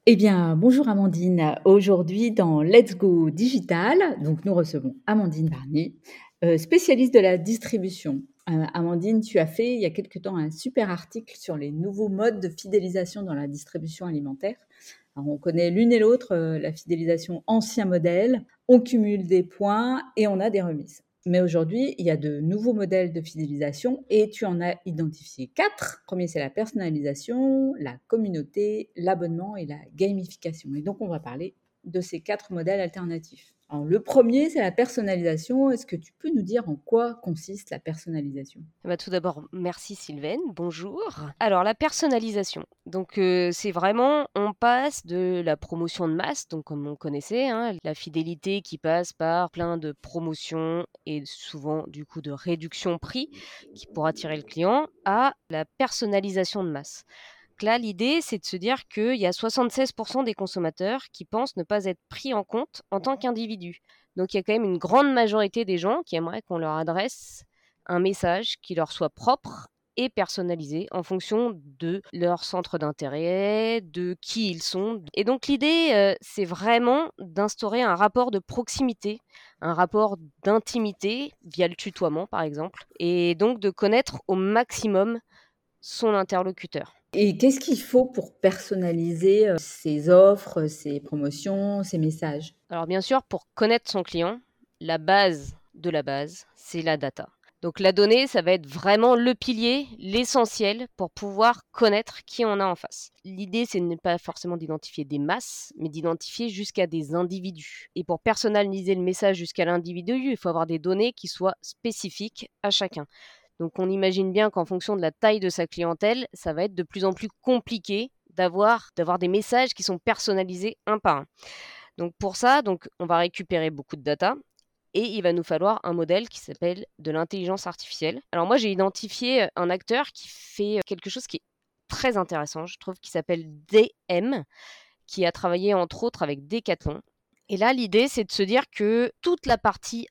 Eh bien, bonjour Amandine. Aujourd'hui, dans Let's Go Digital, donc nous recevons Amandine Barnier, spécialiste de la distribution. Amandine, tu as fait il y a quelque temps un super article sur les nouveaux modes de fidélisation dans la distribution alimentaire. Alors, on connaît l'une et l'autre la fidélisation ancien modèle, on cumule des points et on a des remises. Mais aujourd'hui, il y a de nouveaux modèles de fidélisation et tu en as identifié 4. Le premier, c'est la personnalisation, la communauté, l'abonnement et la gamification. Et donc, on va parler de ces 4 modèles alternatifs. Alors, le premier, c'est la personnalisation. Est-ce que tu peux nous dire en quoi consiste la personnalisation? Tout d'abord, merci Sylvaine, bonjour. Alors la personnalisation, donc c'est vraiment, on passe de la promotion de masse, donc comme on connaissait, hein, la fidélité qui passe par plein de promotions et souvent du coup de réduction prix pour attirer le client, à la personnalisation de masse. Donc là, l'idée, c'est de se dire qu'il y a 76% des consommateurs qui pensent ne pas être pris en compte en tant qu'individus. Donc il y a quand même une grande majorité des gens qui aimeraient qu'on leur adresse un message qui leur soit propre et personnalisé en fonction de leur centre d'intérêt, de qui ils sont. Et donc l'idée, c'est vraiment d'instaurer un rapport de proximité, un rapport d'intimité via le tutoiement par exemple, et donc de connaître au maximum son interlocuteur. Et qu'est-ce qu'il faut pour personnaliser ces offres, ces promotions, ces messages? Alors bien sûr, pour connaître son client, la base de la base, c'est la data. Donc la donnée, ça va être vraiment le pilier, l'essentiel pour pouvoir connaître qui on a en face. L'idée, c'est n'est pas forcément d'identifier des masses, mais d'identifier jusqu'à des individus. Et pour personnaliser le message jusqu'à l'individu, il faut avoir des données qui soient spécifiques à chacun. Donc on imagine bien qu'en fonction de la taille de sa clientèle, ça va être de plus en plus compliqué d'avoir des messages qui sont personnalisés un par un. Donc pour ça, on va récupérer beaucoup de data et il va nous falloir un modèle qui s'appelle de l'intelligence artificielle. Alors moi, j'ai identifié un acteur qui fait quelque chose qui est très intéressant, je trouve, qui s'appelle DM, qui a travaillé entre autres avec Decathlon. Et là, l'idée, c'est de se dire que toute la partie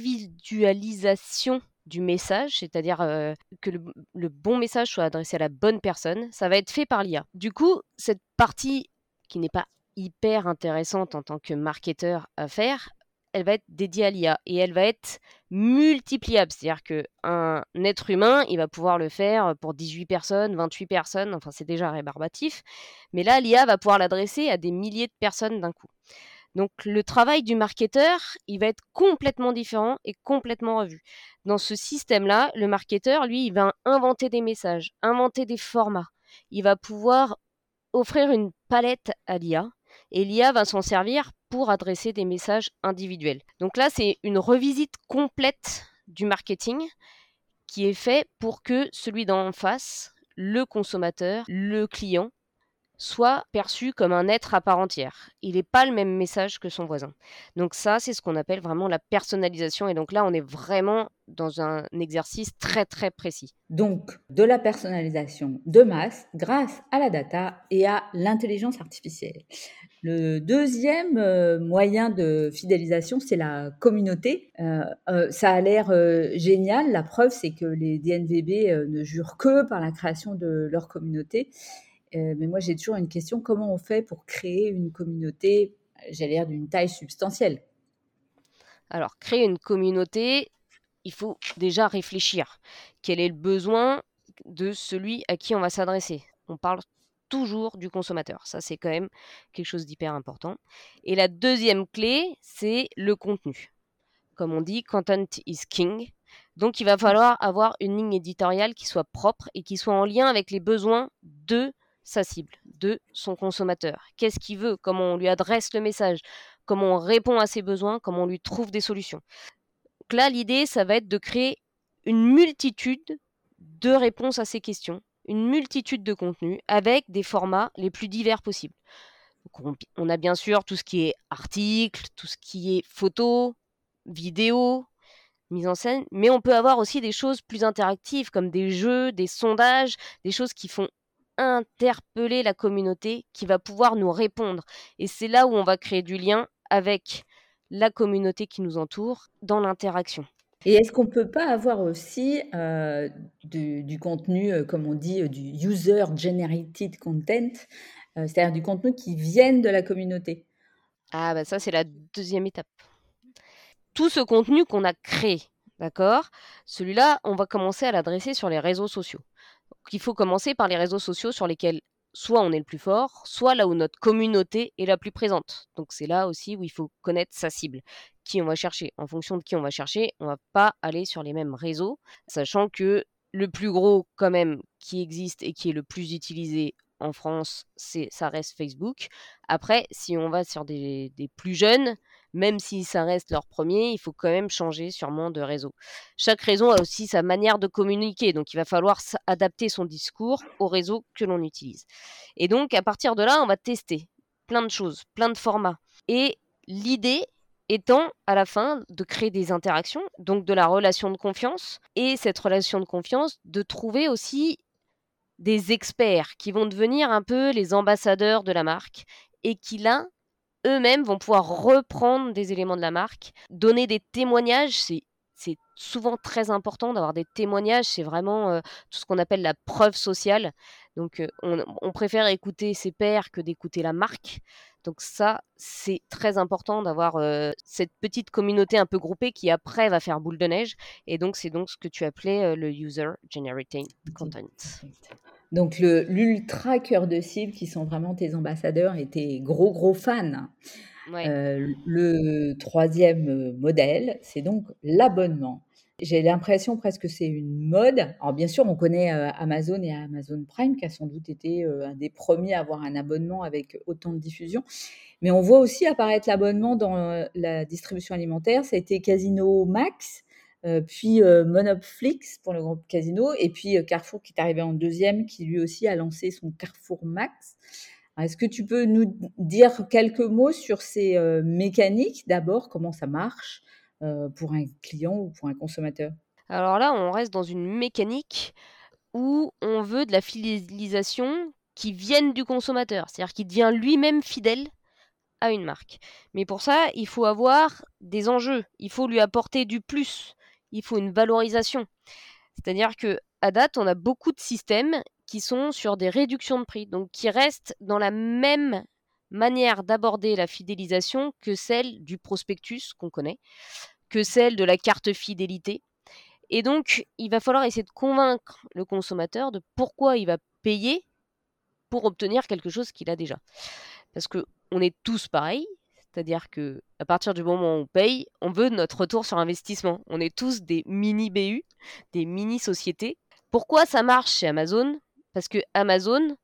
individualisation du message, c'est-à-dire que le bon message soit adressé à la bonne personne, ça va être fait par l'IA. Du coup, cette partie qui n'est pas hyper intéressante en tant que marketeur à faire, elle va être dédiée à l'IA et elle va être multipliable. C'est-à-dire qu'un être humain, il va pouvoir le faire pour 18 personnes, 28 personnes, enfin c'est déjà rébarbatif. Mais là, l'IA va pouvoir l'adresser à des milliers de personnes d'un coup. Donc le travail du marketeur, il va être complètement différent et complètement revu. Dans ce système-là, le marketeur, lui, il va inventer des messages, inventer des formats. Il va pouvoir offrir une palette à l'IA et l'IA va s'en servir pour adresser des messages individuels. Donc là, c'est une revisite complète du marketing qui est fait pour que celui d'en face, le consommateur, le client, soit perçu comme un être à part entière. Il n'est pas le même message que son voisin. Donc ça, c'est ce qu'on appelle vraiment la personnalisation. Et donc là, on est vraiment dans un exercice très, très précis. Donc, de la personnalisation de masse grâce à la data et à l'intelligence artificielle. Le deuxième moyen de fidélisation, c'est la communauté. Ça a l'air génial. La preuve, c'est que les DNVB ne jurent que par la création de leur communauté. Mais moi, j'ai toujours une question, comment on fait pour créer une communauté, j'allais dire, d'une taille substantielle? Alors, créer une communauté, il faut déjà réfléchir. Quel est le besoin de celui à qui on va s'adresser? On parle toujours du consommateur. Ça, c'est quand même quelque chose d'hyper important. Et la deuxième clé, c'est le contenu. Comme on dit, content is king. Donc, il va falloir avoir une ligne éditoriale qui soit propre et qui soit en lien avec les besoins de sa cible, de son consommateur. Qu'est-ce qu'il veut? Comment on lui adresse le message? Comment on répond à ses besoins? Comment on lui trouve des solutions? Donc là, l'idée, ça va être de créer une multitude de réponses à ces questions, une multitude de contenus avec des formats les plus divers possibles. Donc on a bien sûr tout ce qui est articles, tout ce qui est photos, vidéos, mise en scène, mais on peut avoir aussi des choses plus interactives comme des jeux, des sondages, des choses qui font interpeller la communauté qui va pouvoir nous répondre. Et c'est là où on va créer du lien avec la communauté qui nous entoure dans l'interaction. Et est-ce qu'on peut pas avoir aussi, du contenu, comme on dit, du user generated content, c'est-à-dire du contenu qui vienne de la communauté? Ah bah ça, c'est la deuxième étape. Tout ce contenu qu'on a créé, d'accord? Celui-là, on va commencer à l'adresser sur les réseaux sociaux. Donc il faut commencer par les réseaux sociaux sur lesquels soit on est le plus fort, soit là où notre communauté est la plus présente. Donc c'est là aussi où il faut connaître sa cible, qui on va chercher. En fonction de qui on va chercher, on va pas aller sur les mêmes réseaux, sachant que le plus gros quand même qui existe et qui est le plus utilisé en France, ça reste Facebook. Après, si on va sur des plus jeunes, même si ça reste leur premier, il faut quand même changer sûrement de réseau. Chaque réseau a aussi sa manière de communiquer, donc il va falloir adapter son discours au réseau que l'on utilise. Et donc, à partir de là, on va tester plein de choses, plein de formats. Et l'idée étant, à la fin, de créer des interactions, donc de la relation de confiance. Et cette relation de confiance, de trouver aussi des experts qui vont devenir un peu les ambassadeurs de la marque et qui, là, eux-mêmes vont pouvoir reprendre des éléments de la marque, donner des témoignages. C'est souvent très important d'avoir des témoignages. C'est vraiment tout ce qu'on appelle la preuve sociale. Donc, on préfère écouter ses pairs que d'écouter la marque. Donc ça, c'est très important d'avoir cette petite communauté un peu groupée qui après va faire boule de neige. Et donc, c'est donc ce que tu appelais le user generated content. Donc l'ultra cœur de cible qui sont vraiment tes ambassadeurs et tes gros fans. Ouais. Le troisième modèle, c'est donc l'abonnement. J'ai l'impression presque que c'est une mode. Alors bien sûr, on connaît Amazon et Amazon Prime, qui a sans doute été un des premiers à avoir un abonnement avec autant de diffusion. Mais on voit aussi apparaître l'abonnement dans la distribution alimentaire. Ça a été Casino Max, puis Monopflix pour le groupe Casino, et puis Carrefour qui est arrivé en deuxième, qui lui aussi a lancé son Carrefour Max. Alors, est-ce que tu peux nous dire quelques mots sur ces mécaniques d'abord, comment ça marche pour un client ou pour un consommateur? Alors là, on reste dans une mécanique où on veut de la fidélisation qui vienne du consommateur, c'est-à-dire qu'il devient lui-même fidèle à une marque. Mais pour ça, il faut avoir des enjeux, il faut lui apporter du plus, il faut une valorisation. C'est-à-dire que à date, on a beaucoup de systèmes qui sont sur des réductions de prix, donc qui restent dans la même manière d'aborder la fidélisation que celle du prospectus qu'on connaît, que celle de la carte fidélité. Et donc, il va falloir essayer de convaincre le consommateur de pourquoi il va payer pour obtenir quelque chose qu'il a déjà. Parce que on est tous pareils, c'est-à-dire que à partir du moment où on paye, on veut notre retour sur investissement. On est tous des mini BU, des mini sociétés. Pourquoi ça marche chez Amazon? Parce que Amazon,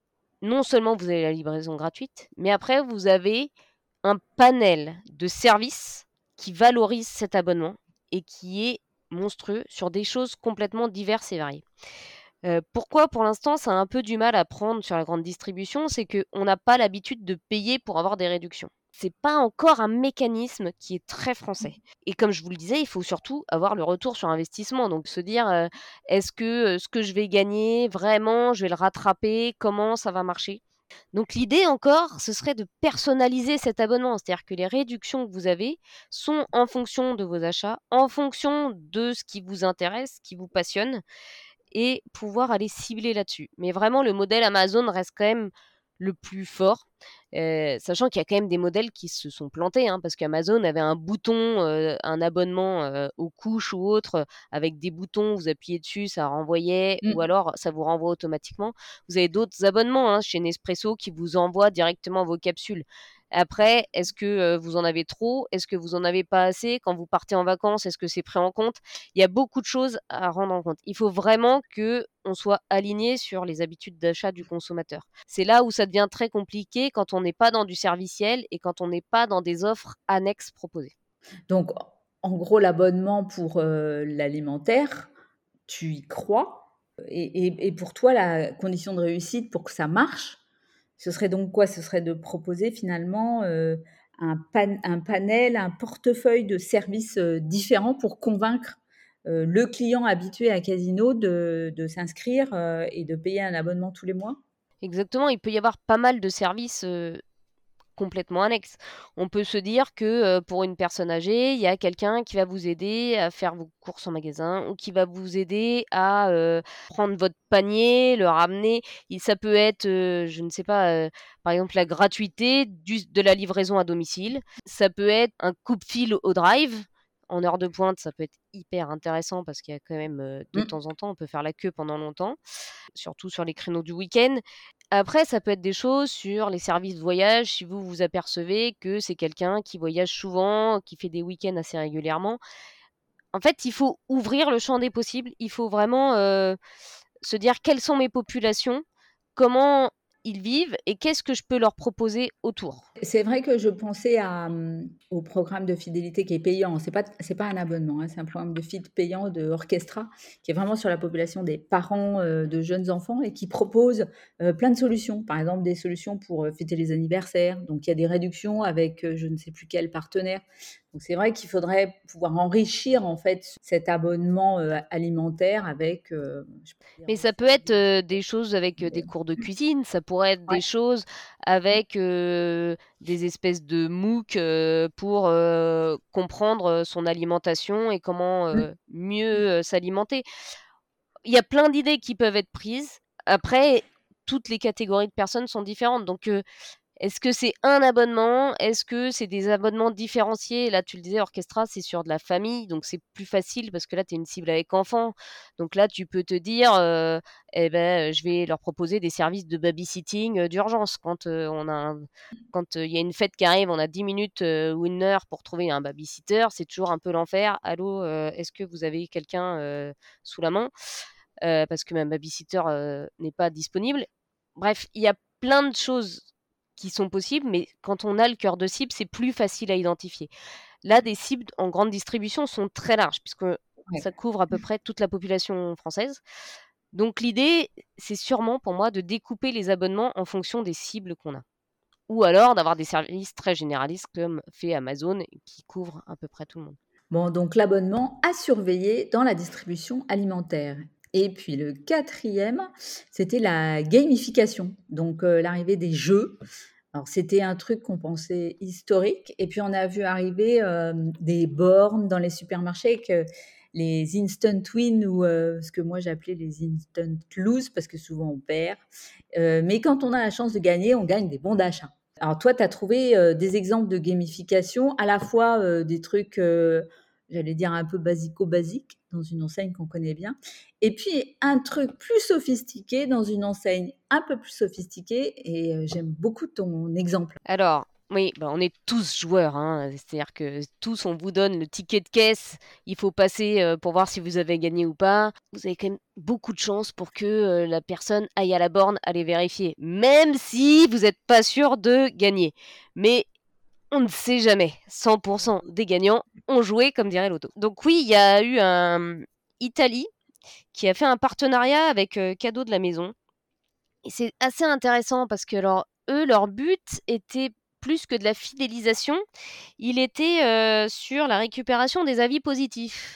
non seulement vous avez la livraison gratuite, mais après vous avez un panel de services qui valorise cet abonnement et qui est monstrueux sur des choses complètement diverses et variées. Pourquoi pour l'instant ça a un peu du mal à prendre sur la grande distribution? C'est qu'on n'a pas l'habitude de payer pour avoir des réductions. C'est pas encore un mécanisme qui est très français. Et comme je vous le disais, il faut surtout avoir le retour sur investissement. Donc se dire, est-ce que ce que je vais gagner, vraiment, je vais le rattraper? Comment ça va marcher? Donc l'idée encore, ce serait de personnaliser cet abonnement. C'est-à-dire que les réductions que vous avez sont en fonction de vos achats, en fonction de ce qui vous intéresse, ce qui vous passionne et pouvoir aller cibler là-dessus. Mais vraiment, le modèle Amazon reste quand même le plus fort, sachant qu'il y a quand même des modèles qui se sont plantés, hein, parce qu'Amazon avait un bouton, un abonnement aux couches ou autre, avec des boutons, vous appuyez dessus, ça renvoyait, ou Mmh. alors ça vous renvoie automatiquement. Vous avez d'autres abonnements hein, chez Nespresso qui vous envoient directement vos capsules. Après, est-ce que vous en avez trop? Est-ce que vous en avez pas assez? Quand vous partez en vacances, est-ce que c'est pris en compte? Il y a beaucoup de choses à rendre en compte. Il faut vraiment que on soit aligné sur les habitudes d'achat du consommateur. C'est là où ça devient très compliqué quand on n'est pas dans du serviciel et quand on n'est pas dans des offres annexes proposées. Donc en gros, l'abonnement pour l'alimentaire, tu y crois et pour toi, la condition de réussite pour que ça marche, ce serait donc quoi? Ce serait de proposer finalement, un panel, un portefeuille de services, différents pour convaincre, le client habitué à Casino de s'inscrire, et de payer un abonnement tous les mois? Exactement, il peut y avoir pas mal de services complètement annexe. On peut se dire que pour une personne âgée, il y a quelqu'un qui va vous aider à faire vos courses en magasin ou qui va vous aider à prendre votre panier, le ramener. Ça peut être, je ne sais pas, par exemple la gratuité de la livraison à domicile. Ça peut être un coupe-fil au drive. En heure de pointe, ça peut être hyper intéressant parce qu'il y a quand même, de Mmh. temps en temps, on peut faire la queue pendant longtemps, surtout sur les créneaux du week-end. Après, ça peut être des choses sur les services de voyage, si vous vous apercevez que c'est quelqu'un qui voyage souvent, qui fait des week-ends assez régulièrement. En fait, il faut ouvrir le champ des possibles. Il faut vraiment, se dire: «Quelles sont mes populations? Comment ils vivent et qu'est-ce que je peux leur proposer autour?» C'est vrai que je pensais au programme de fidélité qui est payant. C'est pas un abonnement, hein, c'est un programme de feed payant de Orchestra, qui est vraiment sur la population des parents, de jeunes enfants et qui propose, plein de solutions. Par exemple, des solutions pour, fêter les anniversaires. Donc il y a des réductions avec, je ne sais plus quel partenaire. Donc c'est vrai qu'il faudrait pouvoir enrichir, en fait, cet abonnement, alimentaire avec, je peux dire Mais ça peut aussi être, des des choses avec, des cours de cuisine, ça pourrait être des ouais. choses avec, des espèces de MOOC, pour, comprendre, son alimentation et comment, Mmh. mieux, s'alimenter. Il y a plein d'idées qui peuvent être prises. Après, toutes les catégories de personnes sont différentes donc est-ce que c'est un abonnement? Est-ce que c'est des abonnements différenciés? Là, tu le disais, Orchestra, c'est sur de la famille, donc c'est plus facile parce que là, tu es une cible avec enfants. Donc là, tu peux te dire, eh beh, je vais leur proposer des services de babysitting, d'urgence. Quand, il y a une fête qui arrive, on a 10 minutes, ou 1 heure pour trouver un babysitter, c'est toujours un peu l'enfer. «Allô, est-ce que vous avez quelqu'un, sous la main?» Parce que ma babysitter, n'est pas disponible. Bref, il y a plein de choses qui sont possibles, mais quand on a le cœur de cible, c'est plus facile à identifier. Là, des cibles en grande distribution sont très larges puisque Ouais. ça couvre à peu près toute la population française. Donc l'idée, c'est sûrement pour moi de découper les abonnements en fonction des cibles qu'on a. Ou alors d'avoir des services très généralistes comme fait Amazon qui couvrent à peu près tout le monde. Bon, donc l'abonnement à surveiller dans la distribution alimentaire. Et puis le quatrième, c'était la gamification, donc l'arrivée des jeux. Alors c'était un truc qu'on pensait historique et puis on a vu arriver, des bornes dans les supermarchés que les instant win ou ce que moi j'appelais les instant lose parce que souvent on perd. Mais quand on a la chance de gagner, on gagne des bons d'achat. Alors toi, tu as trouvé, des exemples de gamification, à la fois, des trucs, j'allais dire un peu basico-basiques dans une enseigne qu'on connaît bien et puis un truc plus sophistiqué dans une enseigne un peu plus sophistiquée et j'aime beaucoup ton exemple. Alors, oui, bah, on est tous joueurs, hein, c'est-à-dire que tous, on vous donne le ticket de caisse, il faut passer, pour voir si vous avez gagné ou pas. Vous avez quand même beaucoup de chance pour que, la personne aille à la borne aller vérifier, même si vous êtes pas sûr de gagner. Mais on ne sait jamais. 100 des gagnants ont joué, comme dirait l'auto. Donc oui, il y a eu Italie qui a fait un partenariat avec, Cadeaux de la maison et c'est assez intéressant parce que alors, eux, leur but était plus que de la fidélisation, il était, sur la récupération des avis positifs,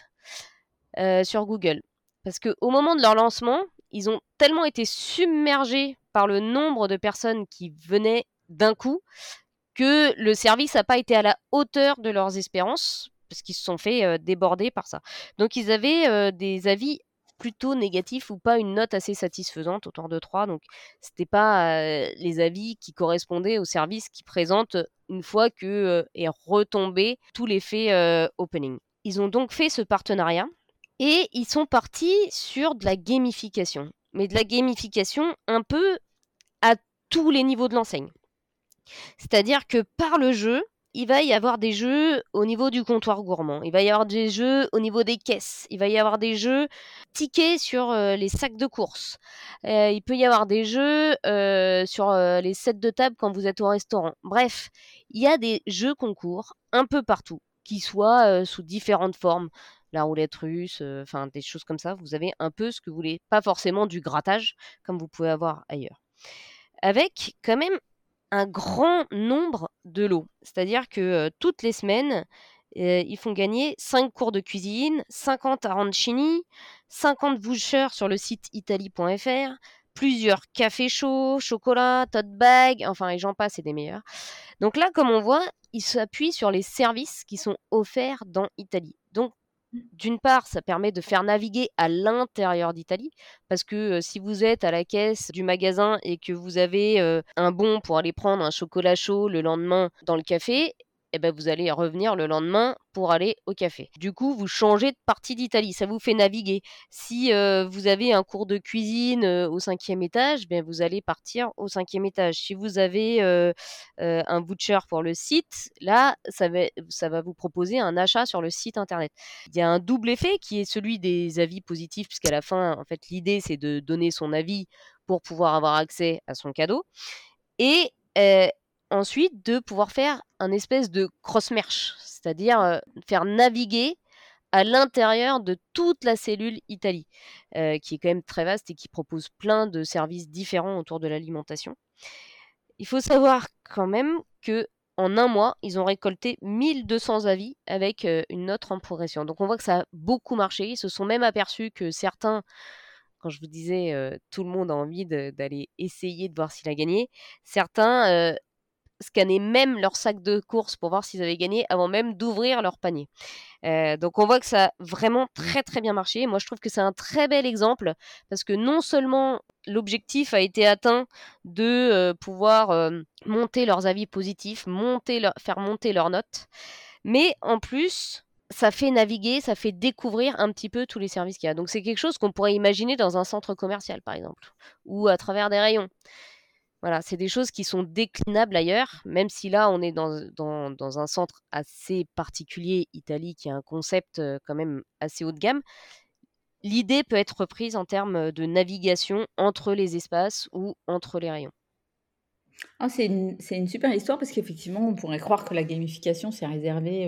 sur Google. Parce qu'au moment de leur lancement, ils ont tellement été submergés par le nombre de personnes qui venaient d'un coup, que le service n'a pas été à la hauteur de leurs espérances, parce qu'ils se sont fait, déborder par ça. Donc ils avaient, des avis plutôt négatifs ou pas une note assez satisfaisante, autour de 3. Donc c'était pas, les avis qui correspondaient au service qu'ils présentent, une fois que, est retombé tout l'effet, opening. Ils ont donc fait ce partenariat et ils sont partis sur de la gamification. Mais de la gamification un peu à tous les niveaux de l'enseigne. C'est-à-dire que par le jeu, il va y avoir des jeux au niveau du comptoir gourmand, il va y avoir des jeux au niveau des caisses, il va y avoir des jeux tickets sur, les sacs de courses. Il peut y avoir des jeux, sur, les sets de table quand vous êtes au restaurant. Bref, il y a des jeux concours un peu partout, qui soient, sous différentes formes. La roulette russe, enfin des choses comme ça. Vous avez un peu ce que vous voulez, pas forcément du grattage comme vous pouvez avoir ailleurs. Avec quand même un grand nombre de lots. C'est-à-dire que, toutes les semaines, ils font gagner 5 cours de cuisine, 50 arancini, 50 vouchers sur le site italie.fr, plusieurs cafés chauds, chocolat, tote bag, enfin et j'en passe, c'est des meilleurs. Donc là, comme on voit, ils s'appuient sur les services qui sont offerts dans Italie. Donc d'une part, ça permet de faire naviguer à l'intérieur d'Italie, parce que si vous êtes à la caisse du magasin et que vous avez un bon pour aller prendre un chocolat chaud le lendemain dans le café, eh ben, vous allez revenir le lendemain pour aller au café. Du coup, vous changez de partie d'Italie, ça vous fait naviguer. Si vous avez un cours de cuisine au 5e étage, ben, vous allez partir au 5e étage. Si vous avez un voucher pour le site, là, ça va vous proposer un achat sur le site internet. Il y a un double effet qui est celui des avis positifs, puisqu'à la fin, en fait, l'idée, c'est de donner son avis pour pouvoir avoir accès à son cadeau. Et ensuite, de pouvoir faire un espèce de cross-merch, c'est-à-dire faire naviguer à l'intérieur de toute la cellule Italie, qui est quand même très vaste et qui propose plein de services différents autour de l'alimentation. Il faut savoir quand même que en un mois, ils ont récolté 1200 avis avec une note en progression. Donc on voit que ça a beaucoup marché. Ils se sont même aperçus que certains, quand je vous disais tout le monde a envie d'aller essayer de voir s'il a gagné, certains scannaient même leur sac de courses pour voir s'ils avaient gagné avant même d'ouvrir leur panier. Donc on voit que ça a vraiment très très bien marché. Moi je trouve que c'est un très bel exemple parce que non seulement l'objectif a été atteint de pouvoir monter leurs avis positifs, faire monter leurs notes, mais en plus ça fait naviguer, ça fait découvrir un petit peu tous les services qu'il y a. Donc c'est quelque chose qu'on pourrait imaginer dans un centre commercial par exemple, ou à travers des rayons. Voilà, c'est des choses qui sont déclinables ailleurs, même si là, on est dans un centre assez particulier, Italie, qui a un concept quand même assez haut de gamme. L'idée peut être reprise en termes de navigation entre les espaces ou entre les rayons. Ah, c'est une super histoire parce qu'effectivement, on pourrait croire que la gamification, c'est réservé,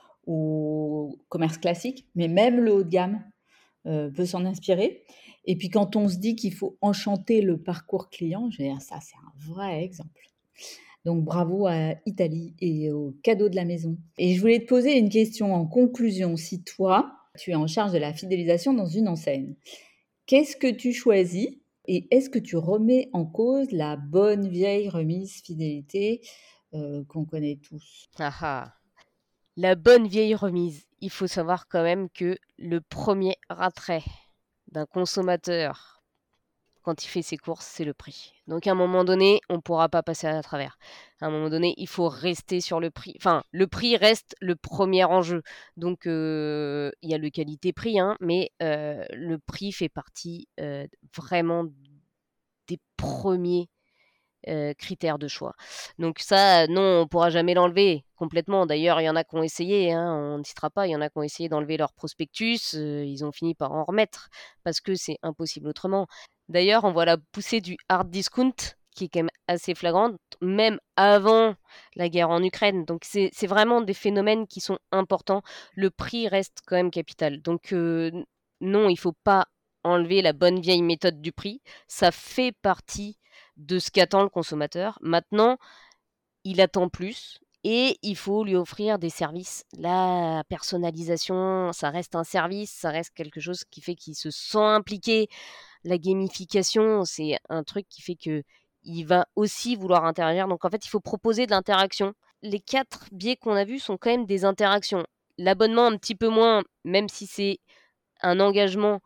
au commerce classique, mais même le haut de gamme, peut s'en inspirer et puis quand on se dit qu'il faut enchanter le parcours client, je veux dire ça, c'est un vrai exemple. Donc bravo à Italie et aux cadeaux de la maison. Et je voulais te poser une question en conclusion. Si toi, tu es en charge de la fidélisation dans une enseigne, qu'est-ce que tu choisis et est-ce que tu remets en cause la bonne vieille remise fidélité qu'on connaît tous? Ah ah. La bonne vieille remise. Il faut savoir quand même que le premier attrait d'un consommateur quand il fait ses courses, c'est le prix. Donc à un moment donné, on ne pourra pas passer à travers. À un moment donné, il faut rester sur le prix. Enfin, le prix reste le premier enjeu. Donc il y a le qualité-prix, hein, mais le prix fait partie vraiment des premiers critères de choix. Donc ça, non, on ne pourra jamais l'enlever complètement. D'ailleurs, il y en a qui ont essayé, hein, on ne citera pas, il y en a qui ont essayé d'enlever leur prospectus, ils ont fini par en remettre parce que c'est impossible autrement. D'ailleurs, on voit la poussée du hard discount qui est quand même assez flagrante, même avant la guerre en Ukraine. Donc c'est vraiment des phénomènes qui sont importants. Le prix reste quand même capital. Donc non, il ne faut pas enlever la bonne vieille méthode du prix. Ça fait partie de ce qu'attend le consommateur. Maintenant, il attend plus et il faut lui offrir des services. La personnalisation, ça reste un service, ça reste quelque chose qui fait qu'il se sent impliqué. La gamification, c'est un truc qui fait que il va aussi vouloir interagir. Donc en fait, il faut proposer de l'interaction. Les 4 biais qu'on a vus sont quand même des interactions. L'abonnement un petit peu moins, même si c'est un engagement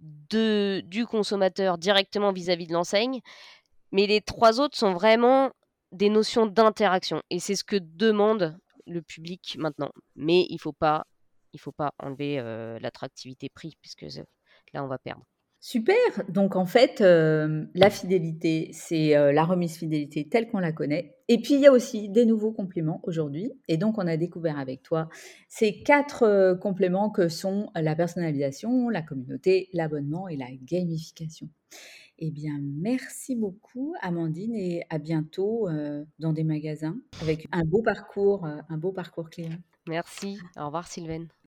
du consommateur directement vis-à-vis de l'enseigne. Mais les 3 autres sont vraiment des notions d'interaction et c'est ce que demande le public maintenant. Mais il faut pas enlever, l'attractivité prix puisque là, on va perdre. Super! Donc en fait, la fidélité, c'est, la remise fidélité telle qu'on la connaît et puis il y a aussi des nouveaux compléments aujourd'hui et donc on a découvert avec toi ces 4 compléments que sont la personnalisation, la communauté, l'abonnement et la gamification. Eh bien, merci beaucoup Amandine et à bientôt, dans des magasins avec un beau parcours client. Merci, au revoir Sylvaine.